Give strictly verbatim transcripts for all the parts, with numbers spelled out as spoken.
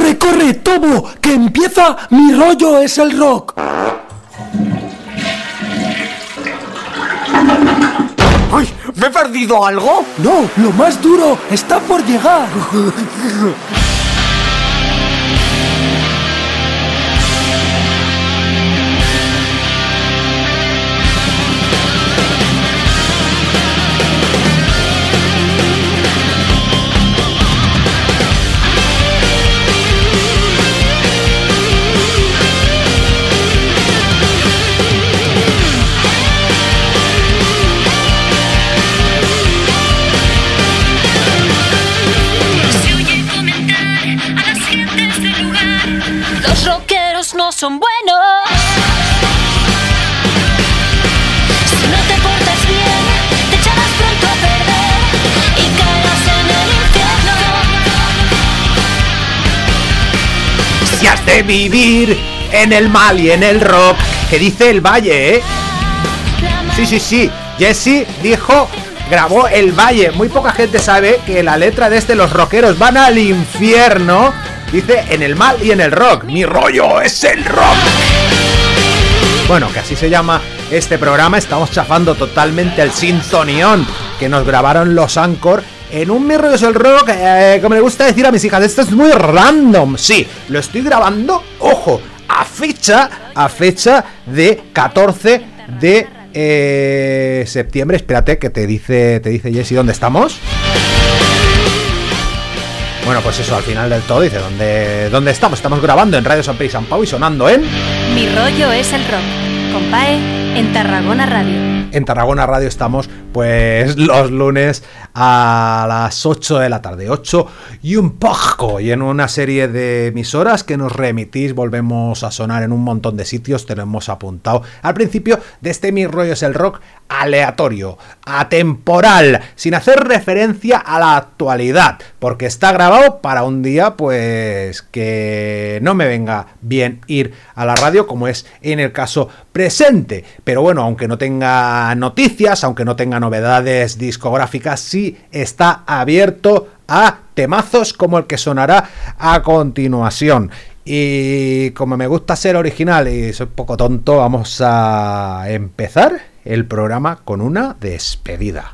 ¡Corre, corre, Tobo! ¡Que empieza Mi Rollo es el Rock! ¡Ay! ¿Me he perdido algo? No, lo más duro está por llegar. Son buenos. Si no te portas bien, te echarás pronto a perder y caerás en el infierno. Si has de vivir en el mal y en el rock, que dice el Valle, ¿eh? Sí, sí, sí. Jesse dijo, grabó el Valle. Muy poca gente sabe que la letra de este, los rockeros van al infierno. Dice, en el mal y en el rock. Mi rollo es el rock. Bueno, que así se llama este programa. Estamos chafando totalmente el sintonión que nos grabaron los Anchor en un Mi rollo es el rock, eh, como me gusta decir a mis hijas, esto es muy random. Sí, lo estoy grabando, ojo, a fecha, a fecha de catorce de eh, septiembre. Espérate que te dice, te dice Jessy, ¿dónde estamos? Bueno, pues eso, al final del todo dice ¿dónde, dónde estamos? Estamos grabando en Radio San Pere y San Pau y sonando en... Mi rollo es el rock, con Pae, en Tarragona Radio. En Tarragona Radio estamos pues los lunes a las ocho de la tarde, ocho y un poco, y en una serie de emisoras que nos remitís, volvemos a sonar en un montón de sitios. Te lo hemos apuntado al principio de este Mi rollo es el rock aleatorio, atemporal, sin hacer referencia a la actualidad, porque está grabado para un día pues que no me venga bien ir a la radio, como es en el caso presente. Pero bueno, aunque no tenga noticias, aunque no tenga novedades discográficas, sí está abierto a temazos como el que sonará a continuación. Y como me gusta ser original y soy poco tonto, vamos a empezar el programa con una despedida.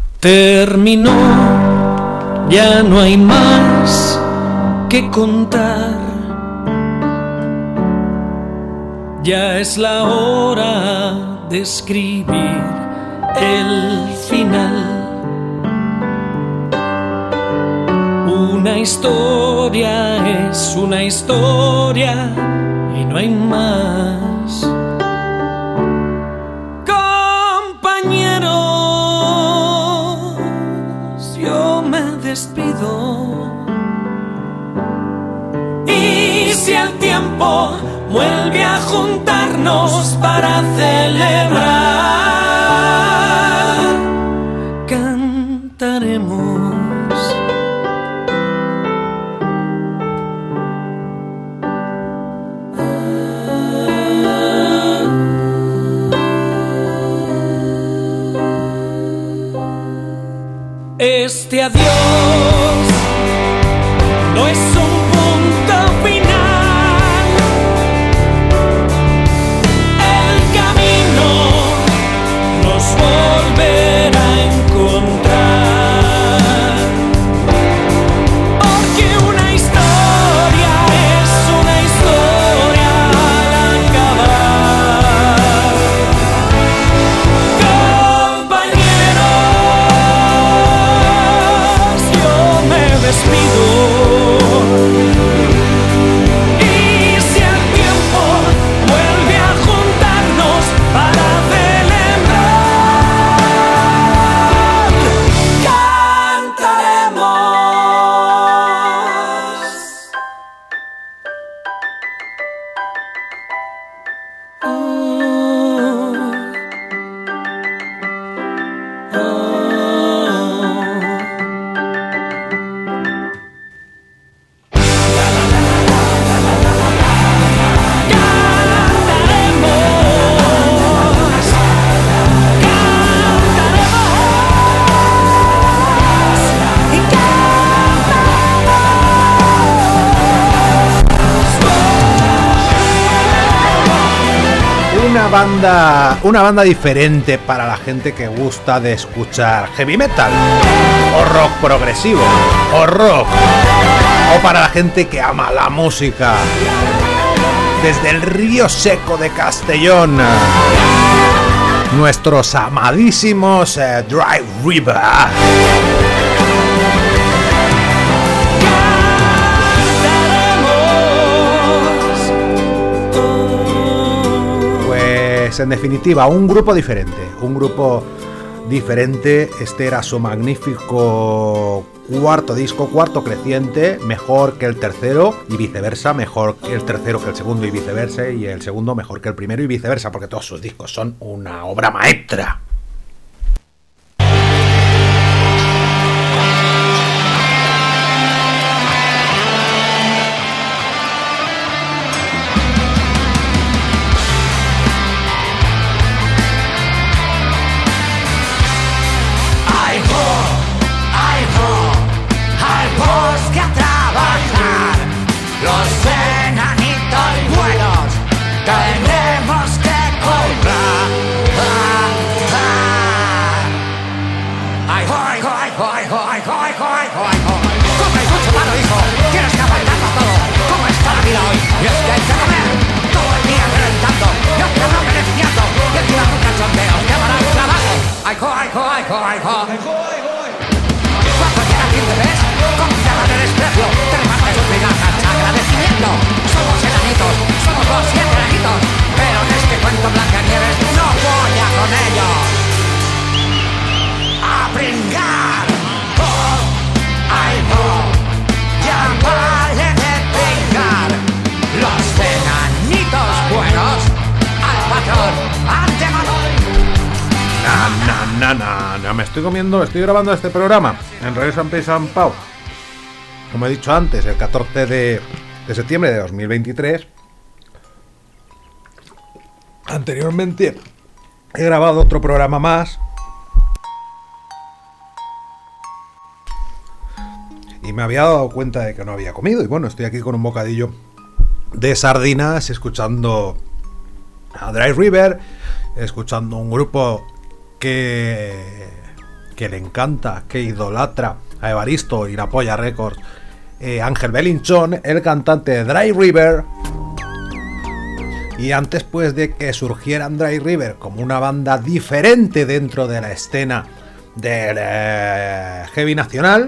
Terminó, ya no hay más que contar. Ya es la hora de escribir el final. Una historia es una historia y no hay más. Compañeros, yo me despido. Y si el tiempo vuelve a juntarnos para celebrar, cantaremos. Este adiós no es un punto final. El camino nos volverá a encontrar. Porque una historia es una historia al acabar. Compañeros, una banda, una banda diferente para la gente que gusta de escuchar heavy metal, o rock progresivo, o rock, o para la gente que ama la música. Desde el Río Seco de Castellón, nuestros amadísimos eh, Dry River. Pues en definitiva, un grupo diferente, un grupo diferente. Este era su magnífico cuarto disco, cuarto creciente, mejor que el tercero y viceversa, mejor que el tercero que el segundo y viceversa, y el segundo mejor que el primero y viceversa, porque todos sus discos son una obra maestra. Me estoy comiendo, estoy grabando este programa en Radio San Pedro San Pau, como he dicho antes, el catorce de septiembre de dos mil veintitrés. Anteriormente he grabado otro programa más y me había dado cuenta de que no había comido, y bueno, estoy aquí con un bocadillo de sardinas, escuchando a Dry River, escuchando un grupo que que le encanta, que idolatra a Evaristo y la Polla Records, eh, Ángel Belinchón, el cantante de Dry River. Y antes pues de que surgieran Dry River como una banda diferente dentro de la escena del eh, heavy nacional,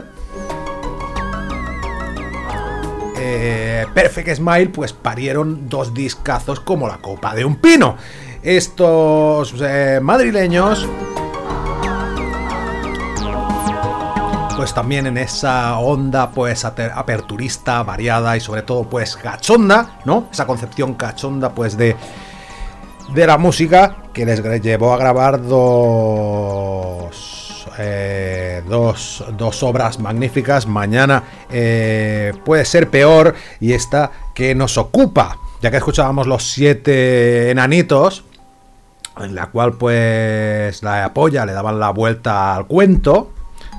eh, Perfect Smile pues parieron dos discazos como la copa de un pino. Estos eh, madrileños pues también en esa onda pues aperturista, variada y sobre todo pues cachonda, ¿no? Esa concepción cachonda pues de de la música que les llevó a grabar dos eh, dos, dos obras magníficas, Mañana eh, puede ser peor, y esta que nos ocupa, ya que escuchábamos Los Siete Enanitos, en la cual pues la Polla le daban la vuelta al cuento.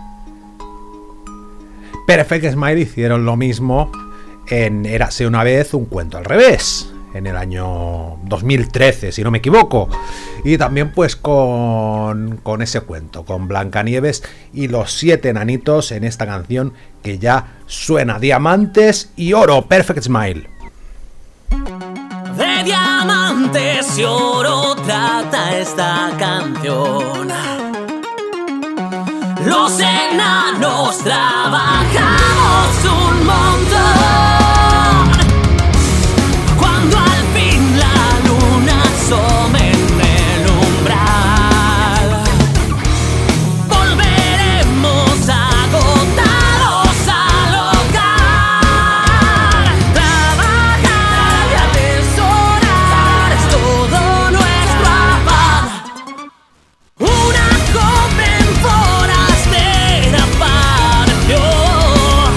Perfect Smile hicieron lo mismo en Érase una vez un cuento al revés, en el año dos mil trece, si no me equivoco. Y también pues con, con ese cuento, con Blancanieves y Los Siete Enanitos, en esta canción que ya suena, Diamantes y Oro, Perfect Smile. De diamantes y oro trata esta canción. Los enanos trabajamos un montón. Cuando al fin la luna asome en el umbral, volveremos agotados al hogar. Trabajar y atesorar es todo nuestro afán. Una joven forastera partió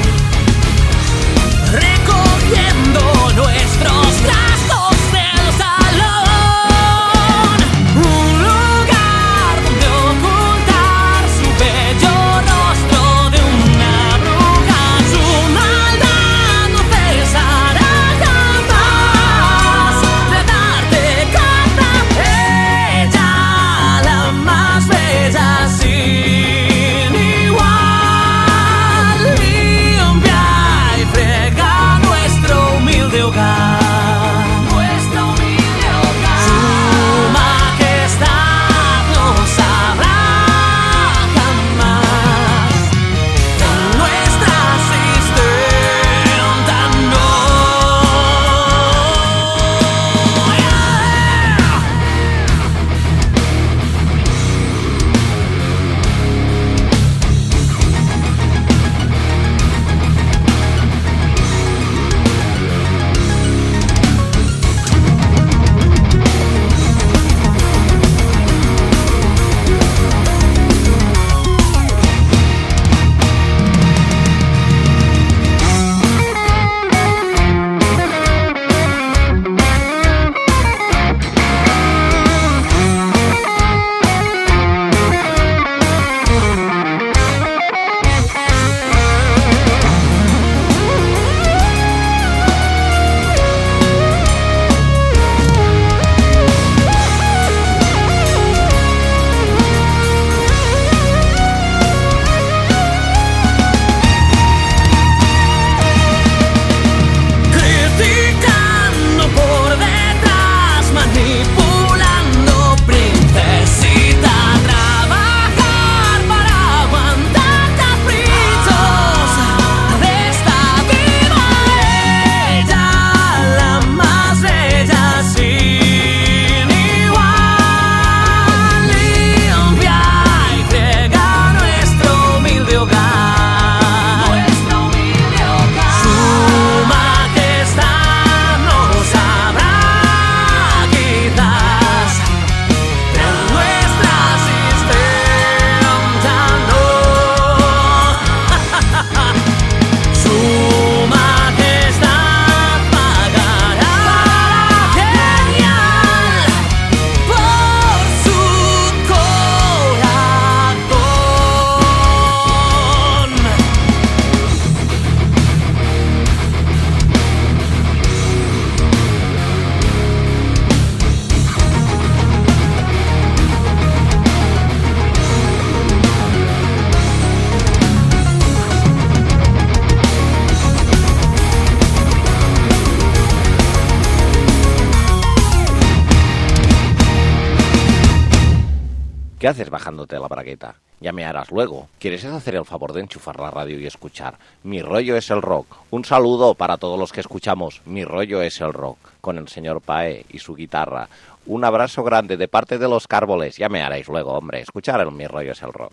¿Qué haces bajándote la bragueta? Ya me harás luego. ¿Quieres hacer el favor de enchufar la radio y escuchar Mi Rollo es el Rock? Un saludo para todos los que escuchamos Mi Rollo es el Rock, con el señor Pae y su guitarra. Un abrazo grande de parte de los Cárboles. Ya me haréis luego, hombre. Escuchar el Mi Rollo es el Rock.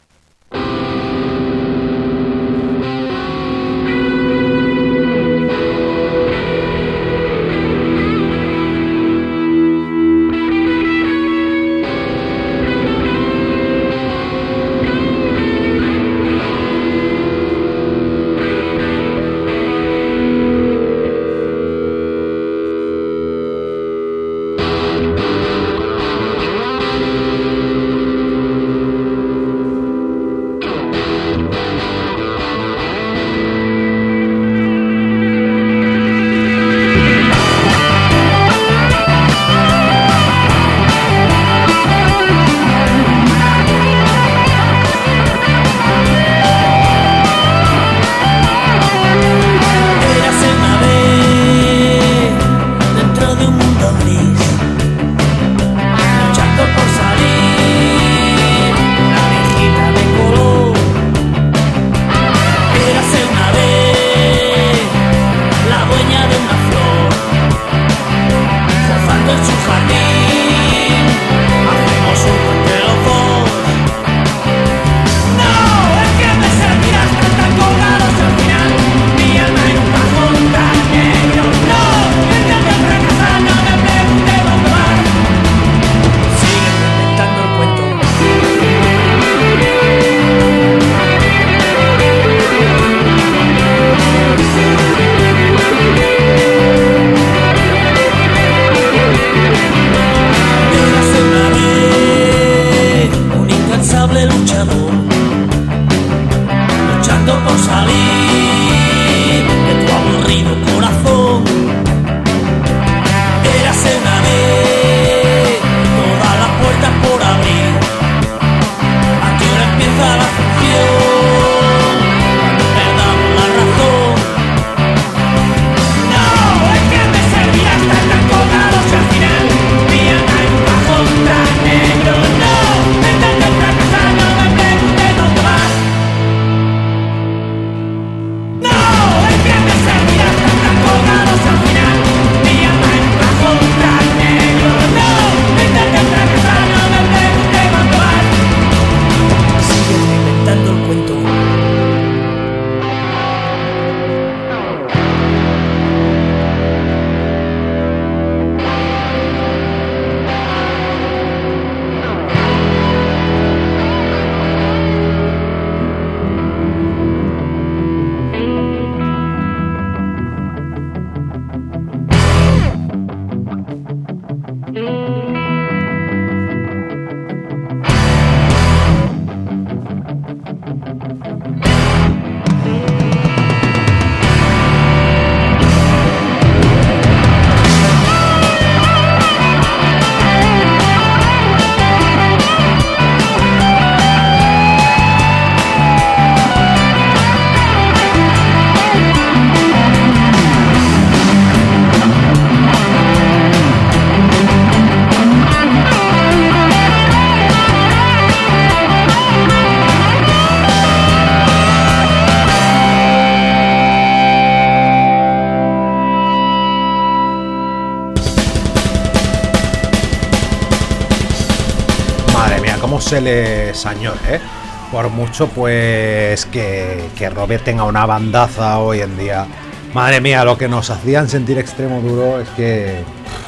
Se le añore, ¿eh? Por mucho pues que, que Robert tenga una bandaza hoy en día. Madre mía, lo que nos hacían sentir Extremo Duro es que...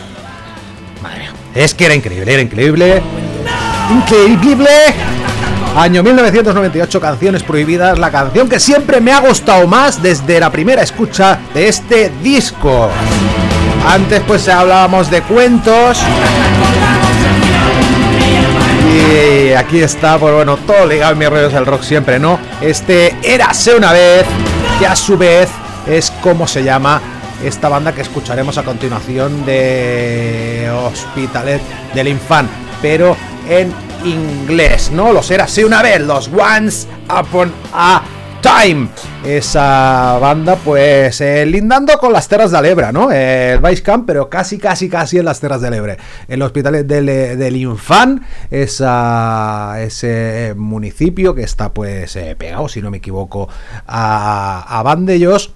Madre mía. Es que era increíble, era increíble. ¡Increíble! Año mil novecientos noventa y ocho, Canciones Prohibidas, la canción que siempre me ha gustado más desde la primera escucha de este disco. Antes pues hablábamos de cuentos. Y aquí está, pues bueno, todo ligado en Mi Rollo es el Rock siempre, ¿no? Este Érase una vez, que a su vez es como se llama esta banda que escucharemos a continuación de Hospitalet del Infant, pero en inglés, ¿no? Los Érase una vez, los Once Upon a Time, esa banda pues eh, lindando con las Terras de l'Ebre, ¿no? Eh, el Baix Camp, pero casi, casi, casi en las Terras de l'Ebre, el Hospital del, del Infant, esa, ese municipio que está pues eh, pegado, si no me equivoco, a, a Vandellós.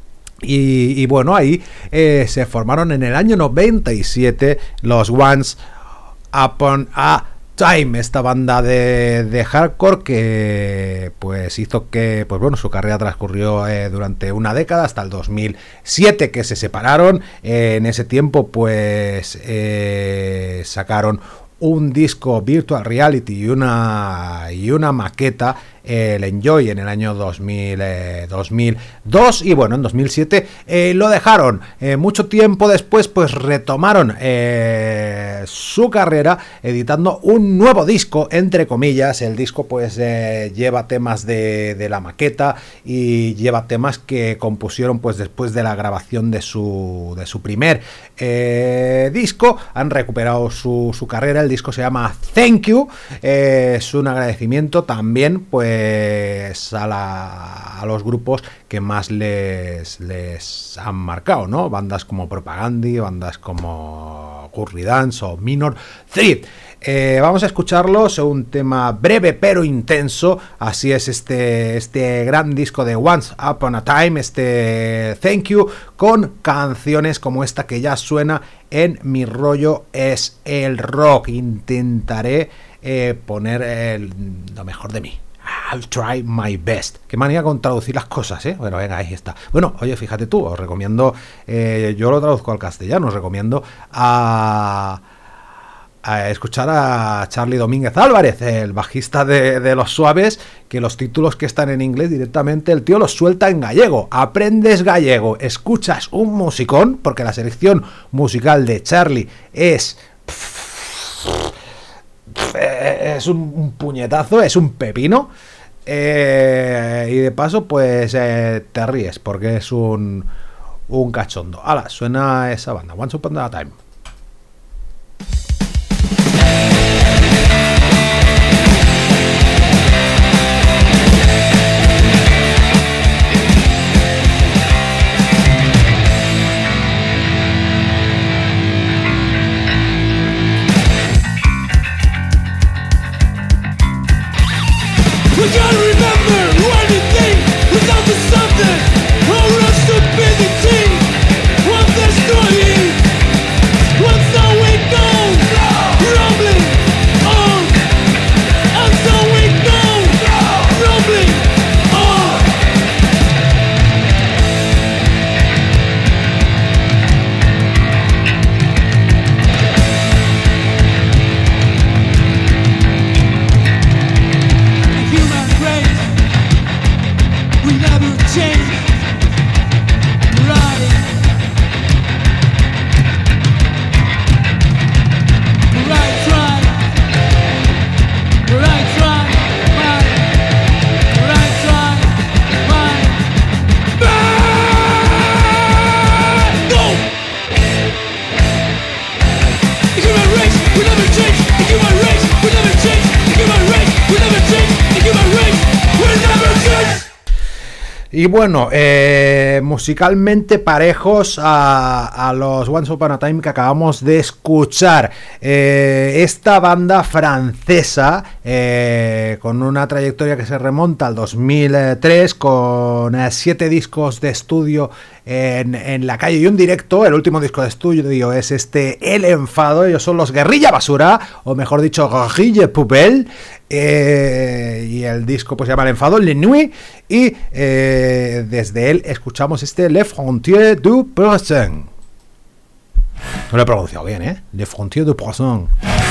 Y, y bueno, ahí eh, se formaron en el año noventa y siete los Once Upon a Time, esta banda de, de hardcore que pues hizo que pues bueno su carrera transcurrió eh, durante una década hasta el dos mil siete, que se separaron. Eh, en ese tiempo pues eh, sacaron un disco Virtual Reality y una y una maqueta, el Enjoy, en el año dos mil, eh, dos mil dos, y bueno, en dos mil siete eh, lo dejaron. Eh, mucho tiempo después pues retomaron eh, su carrera editando un nuevo disco, entre comillas. El disco pues eh, lleva temas de, de la maqueta y lleva temas que compusieron pues después de la grabación de su, de su primer eh, disco. Han recuperado su, su carrera. El disco se llama Thank You, eh, es un agradecimiento también pues a, la, a los grupos que más les, les han marcado, ¿no? Bandas como Propagandhi, bandas como Curry Dance o Minor Threat. Eh, vamos a escucharlos, un tema breve pero intenso. Así es este, este gran disco de Once Upon a Time, este Thank You, con canciones como esta que ya suena en Mi Rollo es el Rock. Intentaré eh, poner el, lo mejor de mí. I'll try my best. Qué manía con traducir las cosas, ¿eh? Bueno, venga, ahí está. Bueno, oye, fíjate tú, os recomiendo, eh, yo lo traduzco al castellano, os recomiendo a, a escuchar a Charlie Domínguez Álvarez, el bajista de, de Los Suaves, que los títulos que están en inglés directamente el tío los suelta en gallego. Aprendes gallego, escuchas un musicón, porque la selección musical de Charlie es... es un, un puñetazo, es un pepino, eh, y de paso pues eh, te ríes porque es un, un cachondo. Hala, suena esa banda, Once Upon a Time. We gotta remember one thing, without the something, or a stupidity. One destroying, one so we go, rumbling on, and so we go, rumbling on. Human race, we never change. Right, right, try, right, try, right, right, try, right, go. The human race, we never change. The human race, we never change. The human race, we never change. The human race, we never change. Y bueno, eh, musicalmente parejos a, a los Once Upon a Time que acabamos de escuchar. Eh, esta banda francesa, eh, con una trayectoria que se remonta al dos mil tres, con eh, siete discos de estudio en, en la calle y un directo. El último disco de estudio es este El Enfado. Ellos son los Guerrilla Basura, o mejor dicho, Guerrilla Poubelle. Eh, y el disco pues se llama El Enfado, Le Nuit, y eh, desde él escuchamos este Le Frontier du Poisson. No lo he pronunciado bien, ¿eh? Le Frontier du Poisson.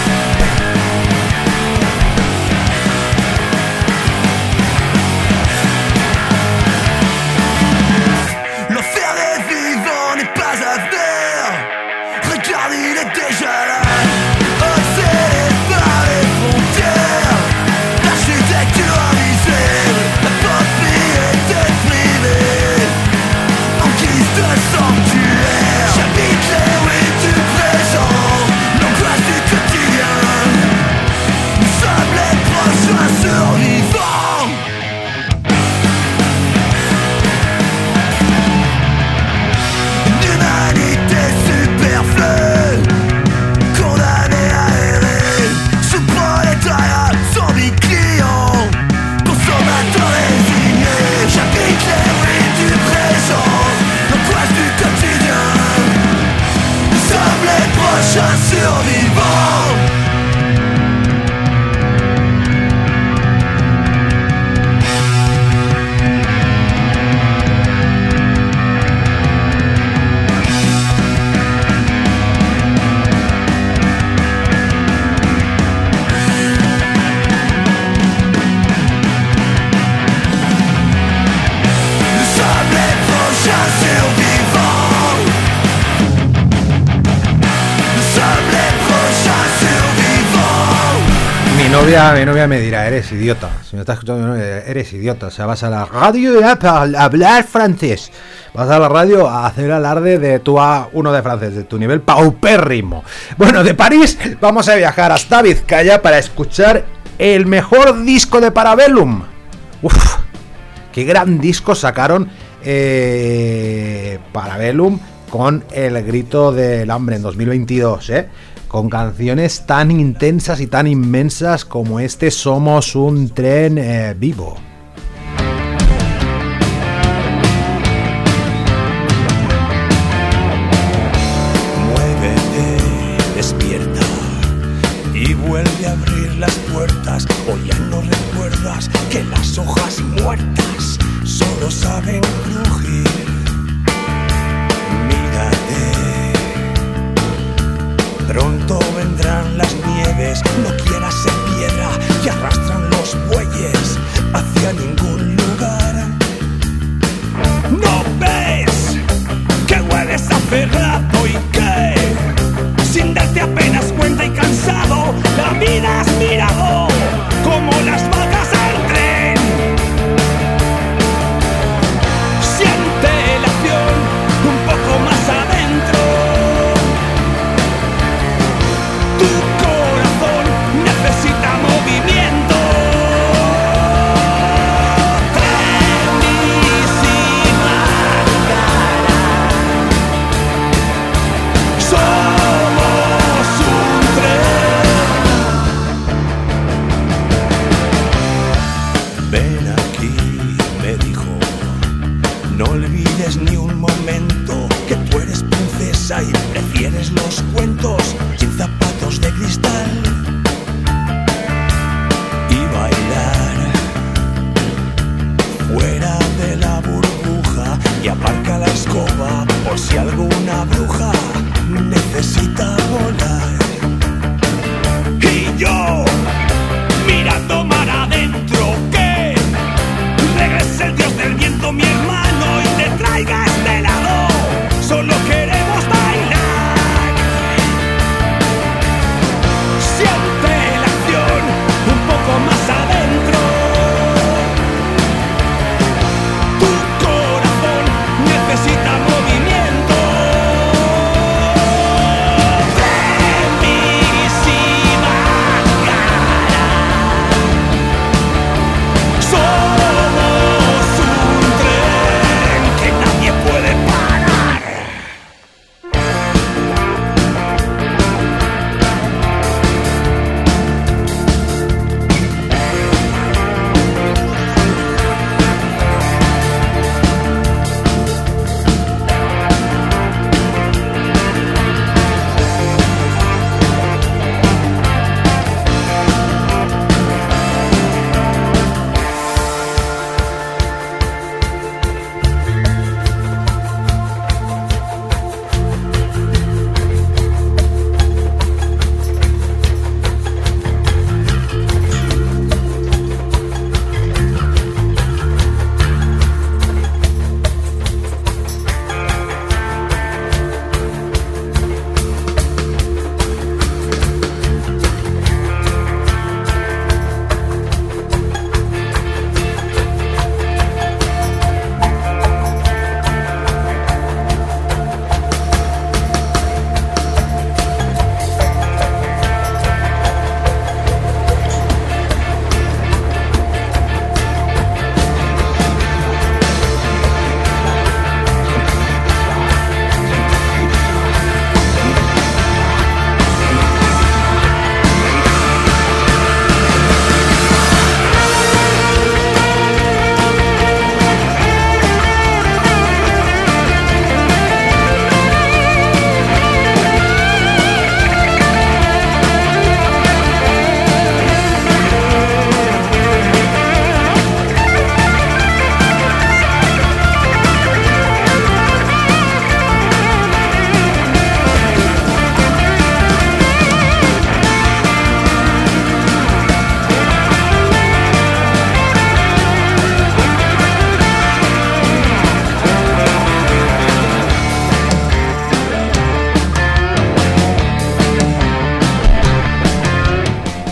L'enfer des vivants n'est pas à venir. Regarde, il est déjà là. Obsédé par les frontières, l'architecture invisible, la propriété privée, en guise de sanctuaire. J'habite les rues du présent, l'angoisse du quotidien. survivants. Mi novia, mi novia me dirá, eres idiota. Si me estás escuchando, eres idiota. O sea, vas a la radio a hablar francés. Vas a la radio a hacer alarde de tu A uno de francés, de tu nivel paupérrimo. Bueno, de París vamos a viajar hasta Vizcaya para escuchar el mejor disco de Parabellum. Uf, qué gran disco sacaron eh, Parabellum con El grito del hambre en dos mil veintidós, ¿eh? Con canciones tan intensas y tan inmensas como este Somos un tren eh, vivo. Muévete, despierta y vuelve a abrir las puertas. O ya no recuerdas que las hojas muertas solo saben crujir. Mírate. Pronto vendrán las nieves, no quieras ser piedra que arrastran los bueyes hacia ningún lugar. ¿No ves que hueles a ferrado y que, sin darte apenas cuenta y cansado, la vida has mirado como las vacas al tren? Siente la acción un poco más adentro. Necesita movimiento. Trenísima cara. Somos un tren. Ven aquí, me dijo. No olvides ni un momento que tú eres princesa y prefieres los cuentos sin zapatos de cristal. Fuera de la burbuja y aparca la escoba por si alguna bruja necesita volar. Y yo, mirando mar adentro, que regrese el dios del viento, mi hermano, y te traiga a este lado. Solo queremos bailar. Siente la acción un poco más adentro. Necesita movimiento.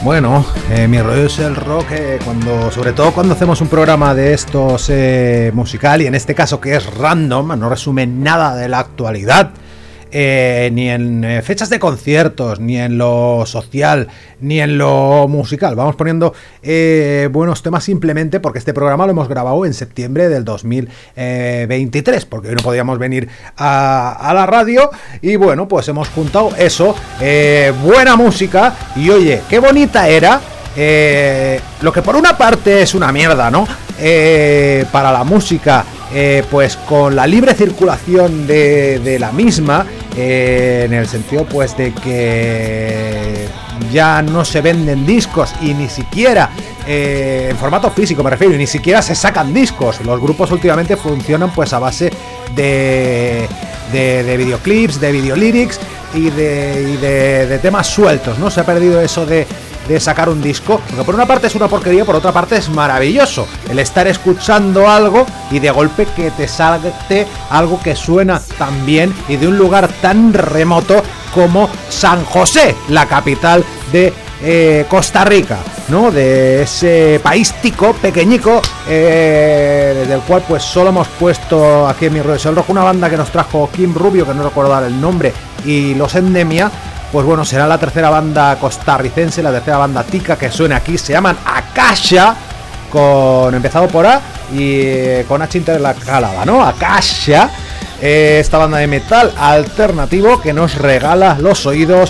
Bueno, eh, mi rollo es el rock, eh, cuando, sobre todo cuando hacemos un programa de estos eh, musical, y en este caso que es random, no resume nada de la actualidad, eh, ni en eh, fechas de conciertos, ni en lo social, ni en lo musical. Vamos poniendo eh, buenos temas simplemente porque este programa lo hemos grabado en septiembre del dos mil veintitrés, porque hoy no podíamos venir a, a la radio, y bueno, pues hemos juntado eso, eh, buena música, y oye, qué bonita era. Eh, lo que por una parte es una mierda, ¿no? Eh, para la música, eh, pues con la libre circulación de, de la misma, eh, en el sentido pues de que ya no se venden discos y ni siquiera eh, en formato físico me refiero, y ni siquiera se sacan discos. Los grupos últimamente funcionan pues a base de, de, de videoclips, de videolyrics y de, y de, de temas sueltos, ¿no? Se ha perdido eso de de sacar un disco, porque por una parte es una porquería, por otra parte es maravilloso el estar escuchando algo y de golpe que te salte algo que suena tan bien y de un lugar tan remoto como San José, la capital de eh, Costa Rica, ¿no? De ese país tico, pequeñico, eh, desde el cual pues solo hemos puesto aquí en Mi Rollo es el Rock una banda que nos trajo Kim Rubio, que no recuerdo dar el nombre, y Los Endemia. Pues bueno, será la tercera banda costarricense, la tercera banda tica que suena aquí. Se llaman Akasha, con empezado por A y eh, con H intercalada, ¿no? Akasha, eh, esta banda de metal alternativo que nos regala los oídos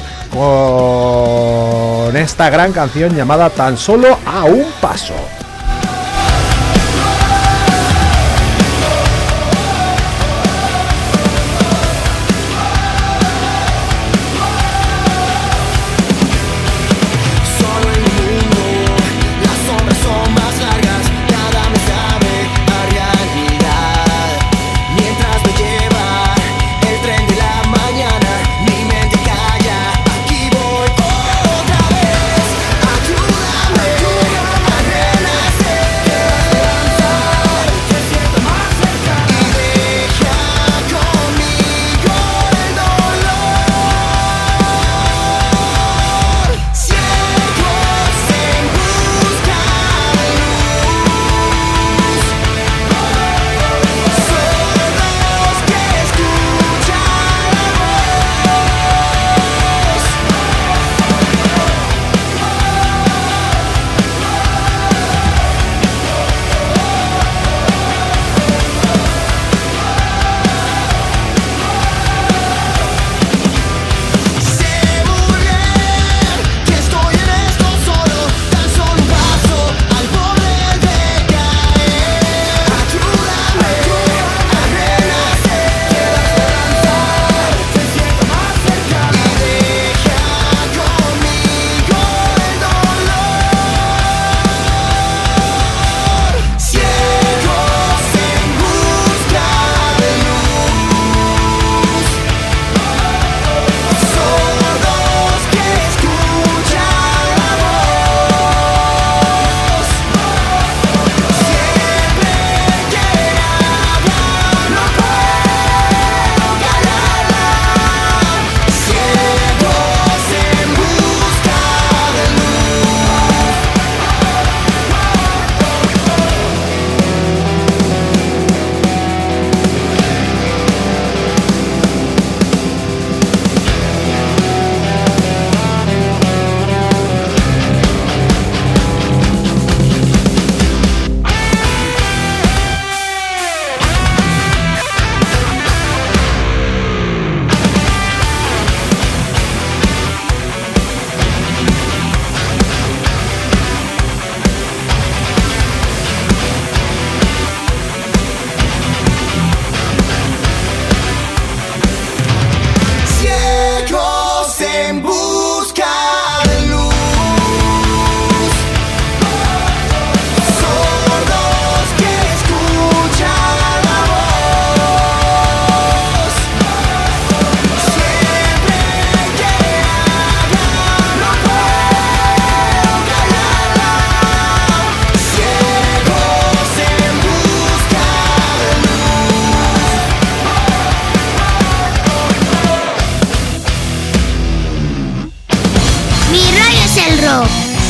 con esta gran canción llamada Tan Solo a un Paso.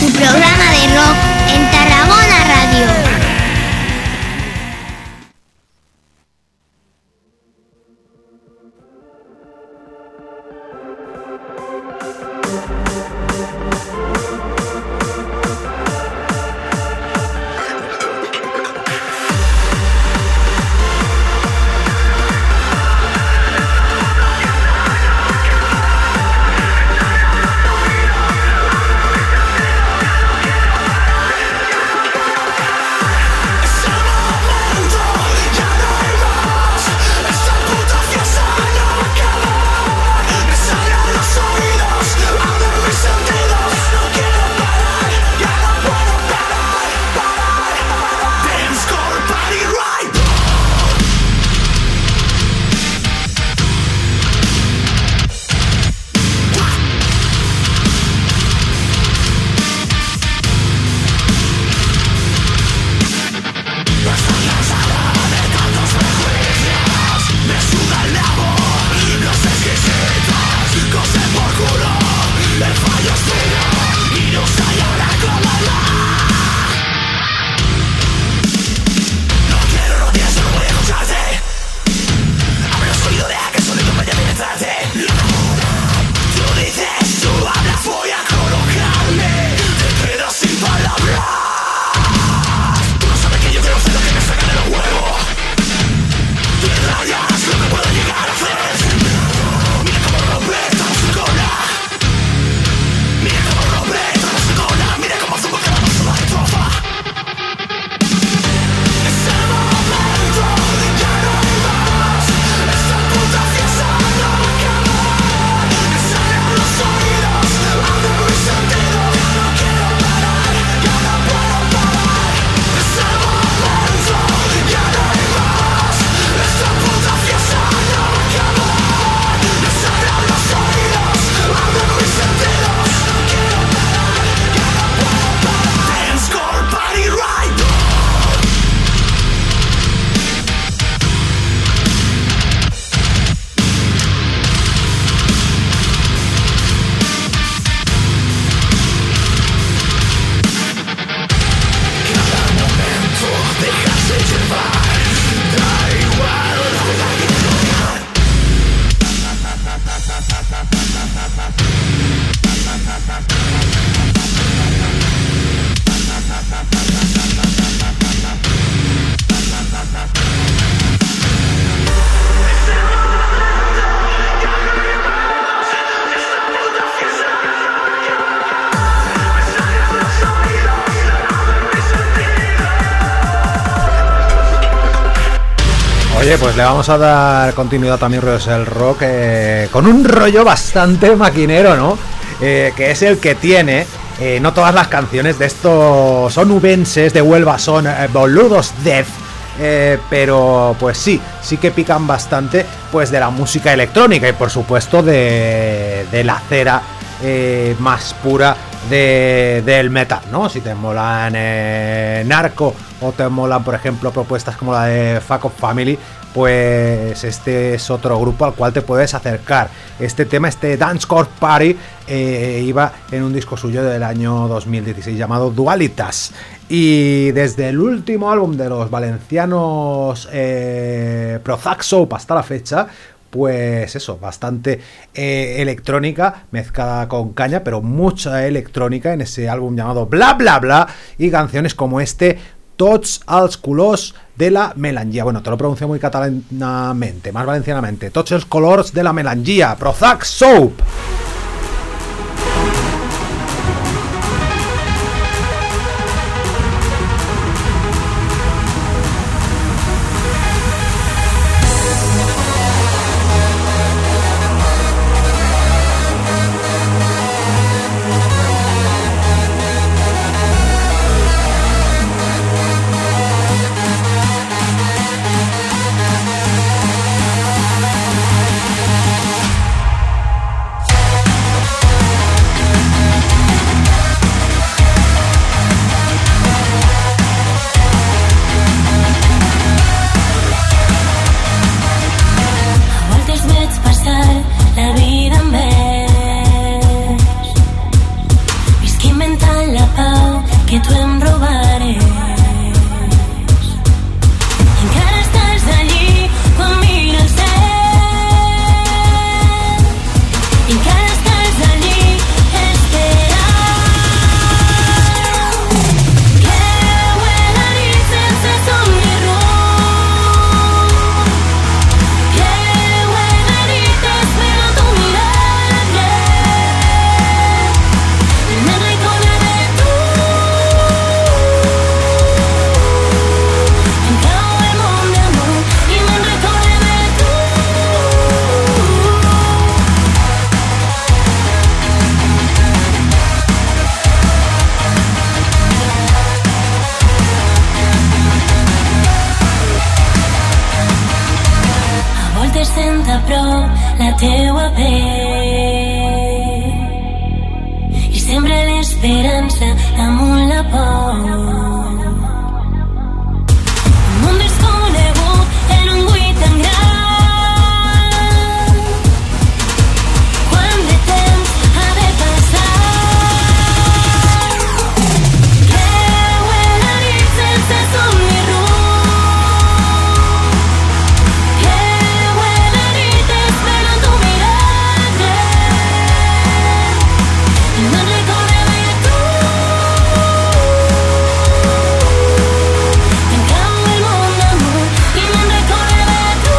tu programa de rock en Tarragona Radio. Oye, pues le vamos a dar continuidad a Mi Rollo es el Rock eh, con un rollo bastante maquinero, ¿no? Eh, que es el que tiene, eh, no todas las canciones de estos son ubenses de Huelva, son eh, boludos death, eh, pero pues sí, sí que pican bastante pues de la música electrónica y por supuesto de, de la cera eh, más pura de, del metal, ¿no? Si te molan eh, Narco o te molan, por ejemplo, propuestas como la de Fuck Up Family, pues este es otro grupo al cual te puedes acercar. Este tema, este Dancecore Party, eh, iba en un disco suyo del año dos mil dieciséis llamado Dualitas. Y desde el último álbum de los valencianos eh, Prozac Soap hasta la fecha, pues eso, bastante eh, electrónica mezclada con caña, pero mucha electrónica en ese álbum llamado Bla Bla Bla, y canciones como este Tots els colors de la melangia. Bueno, te lo pronuncio muy catalanamente, más valencianamente. Tots els colors de la melangia, Prozac Soap. encara estàs allí esperant. Creu en la nit sense somni rumb. Creu en la nit espero tu miratge. I me'n recordaré tu. Em cau el món damunt i me'n recordaré tu. A voltes sent a prop la teua pell i sembra l'esperança damunt la por. Un món desconegut en un buit tan gran. Quant de temps ha de passar? Creu en la nit sense somni rumb. Creu en la nit esperant tu miratge. I me'n recordaré tu. Em cau el món damunt i me'n recordaré tu.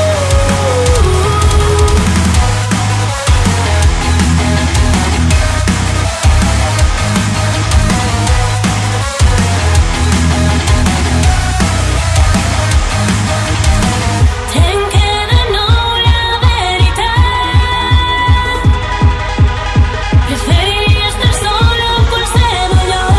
Tenc que de nou la veritat. Preferiria estar sola en qualsevol lloc.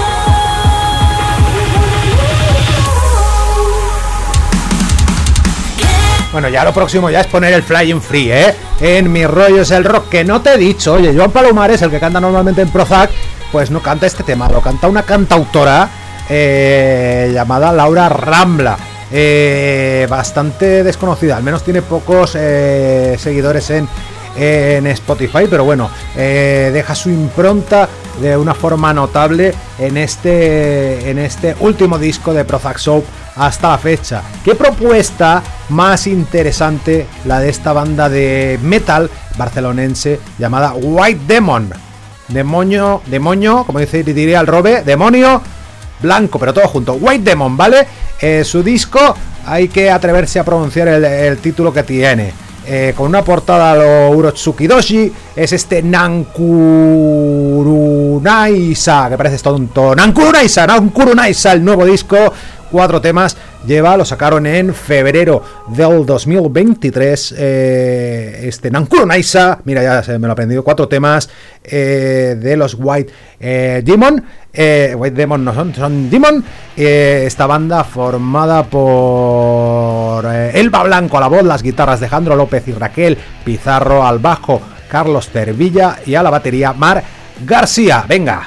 Bueno, ya lo próximo ya es poner el Flying Free, ¿eh? En Mi Rollo es el Rock, que no te he dicho. Oye, Joan Palomares, el que canta normalmente en Prozac, pues no canta este tema, lo canta una cantautora eh, llamada Laura Rambla. Eh, bastante desconocida, al menos tiene pocos eh, seguidores en, en Spotify, pero bueno, eh, deja su impronta de una forma notable en este, en este último disco de Prozac Soap hasta la fecha. ¿Qué propuesta más interesante la de esta banda de metal barcelonense llamada White Demon? Demonio, demonio, como dice, diría el Robe, demonio blanco, pero todo junto. White Demon, ¿vale? Eh, su disco, hay que atreverse a pronunciar el, el título que tiene. Eh, con una portada a lo Urotsuki Doshi, es este Nankurunaisa, que parece tonto. Nankurunaisa, Nankurunaisa, el nuevo disco. Cuatro temas lleva, lo sacaron en febrero del dos mil veintitrés. Eh, este Nankurunaisa, mira, ya se me lo he aprendido. Cuatro temas eh, de los White eh, Demon. Eh, White Demon no son, son Demon. Eh, esta banda formada por eh, Elba Blanco a la voz, las guitarras de Alejandro López y Raquel Pizarro, al bajo Carlos Cervilla y a la batería Mar García. Venga.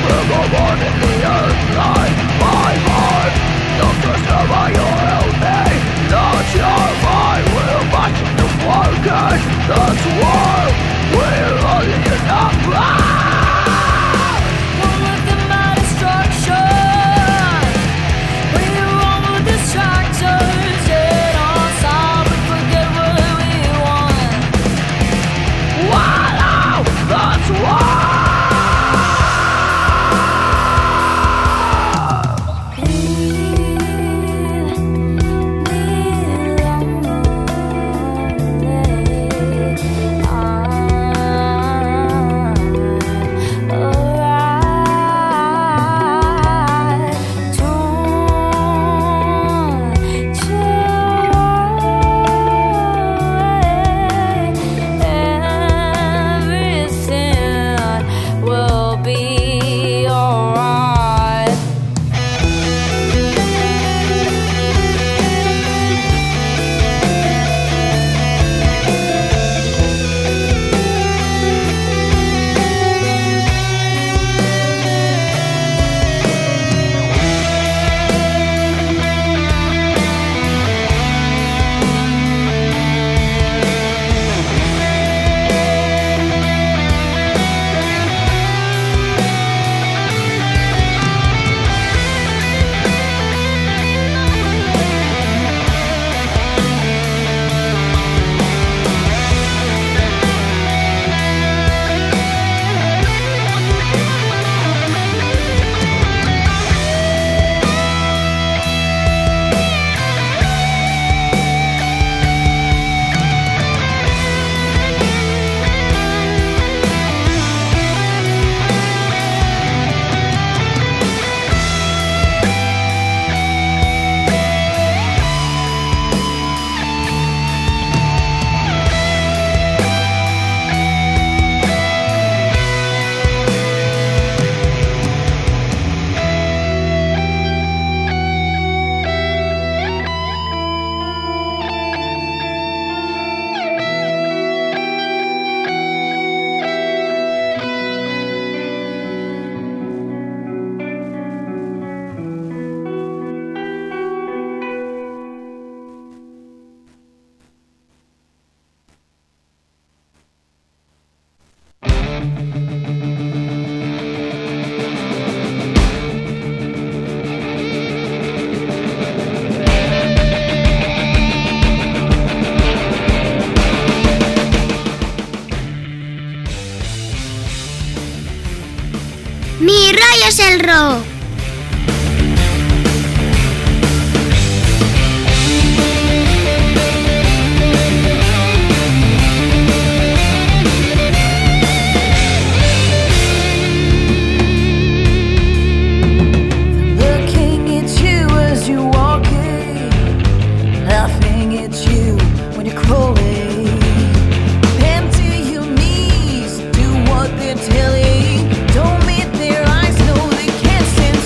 Mi rollo es el rock. Don't meet their eyes, no, they can't stand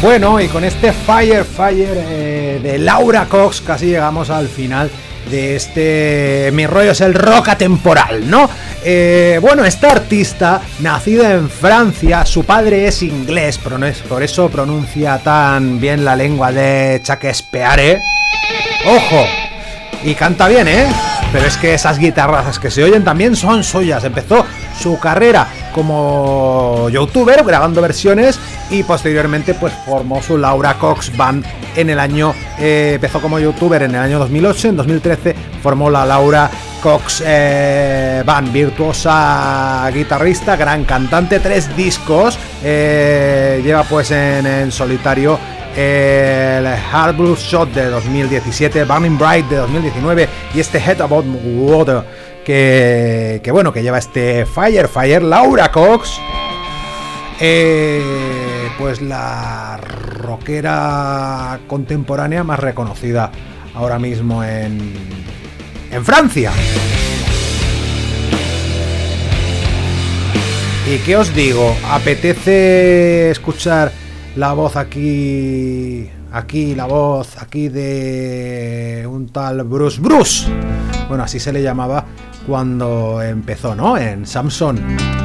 Bueno, y con este Fire Fire eh, de Laura Cox casi llegamos al final de este Mi rollo es el rock atemporal, ¿no? Eh, bueno, esta artista, nacida en Francia, su padre es inglés, pero no es por eso pronuncia tan bien la lengua de Shakespeare. ¡Ojo! Y canta bien, ¿eh? Pero es que esas guitarrazas que se oyen también son suyas. Empezó su carrera como youtuber grabando versiones y posteriormente pues formó su Laura Cox Band en el año eh, empezó como youtuber en el año dos mil ocho. En dos mil trece formó la Laura Cox eh, Band, virtuosa guitarrista, gran cantante, tres discos, eh, lleva pues en, en solitario el Hard Blues Shot de dos mil diecisiete, Burning Bright de dos mil diecinueve y este Head About Water que, que bueno, que lleva este Fire Fire. Laura Cox, eh, pues la rockera contemporánea más reconocida ahora mismo en, en Francia. ¿Y qué os digo? ¿Apetece escuchar la voz aquí, aquí, la voz aquí de un tal Bruce Bruce? Bueno, así se le llamaba cuando empezó, ¿no? En Samson.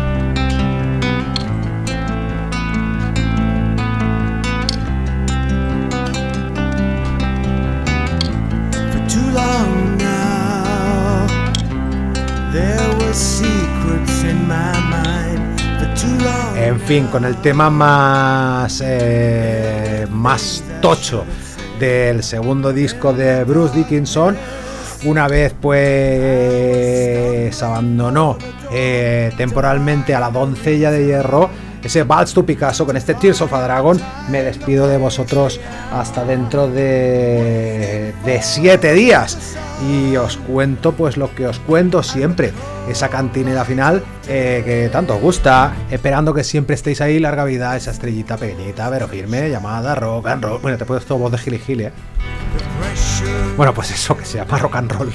For too long now, there were secrets in my mind. For too long. En fin, con el tema más eh, más tocho del segundo disco de Bruce Dickinson, una vez pues abandonó eh, temporalmente a la doncella de hierro, ese Vals to Picasso, con este Tears of a Dragon me despido de vosotros hasta dentro de, de siete días y os cuento pues lo que os cuento siempre, esa cantinera final eh, que tanto os gusta, esperando que siempre estéis ahí, larga vida, esa estrellita pequeñita pero firme, llamada rock and roll. Bueno, te puedes todo voz de gili-gili, ¿eh? Bueno, pues eso, que se llama rock and roll.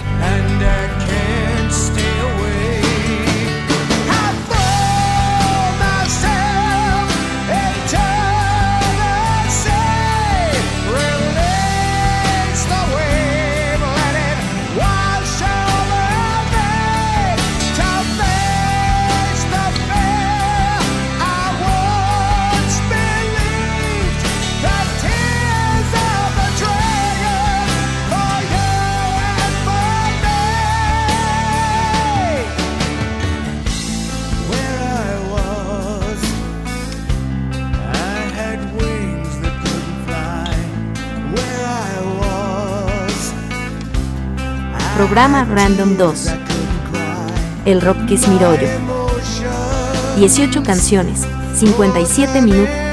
Programa Random dos. El rock que es mi rollo. dieciocho canciones, cincuenta y siete minutos.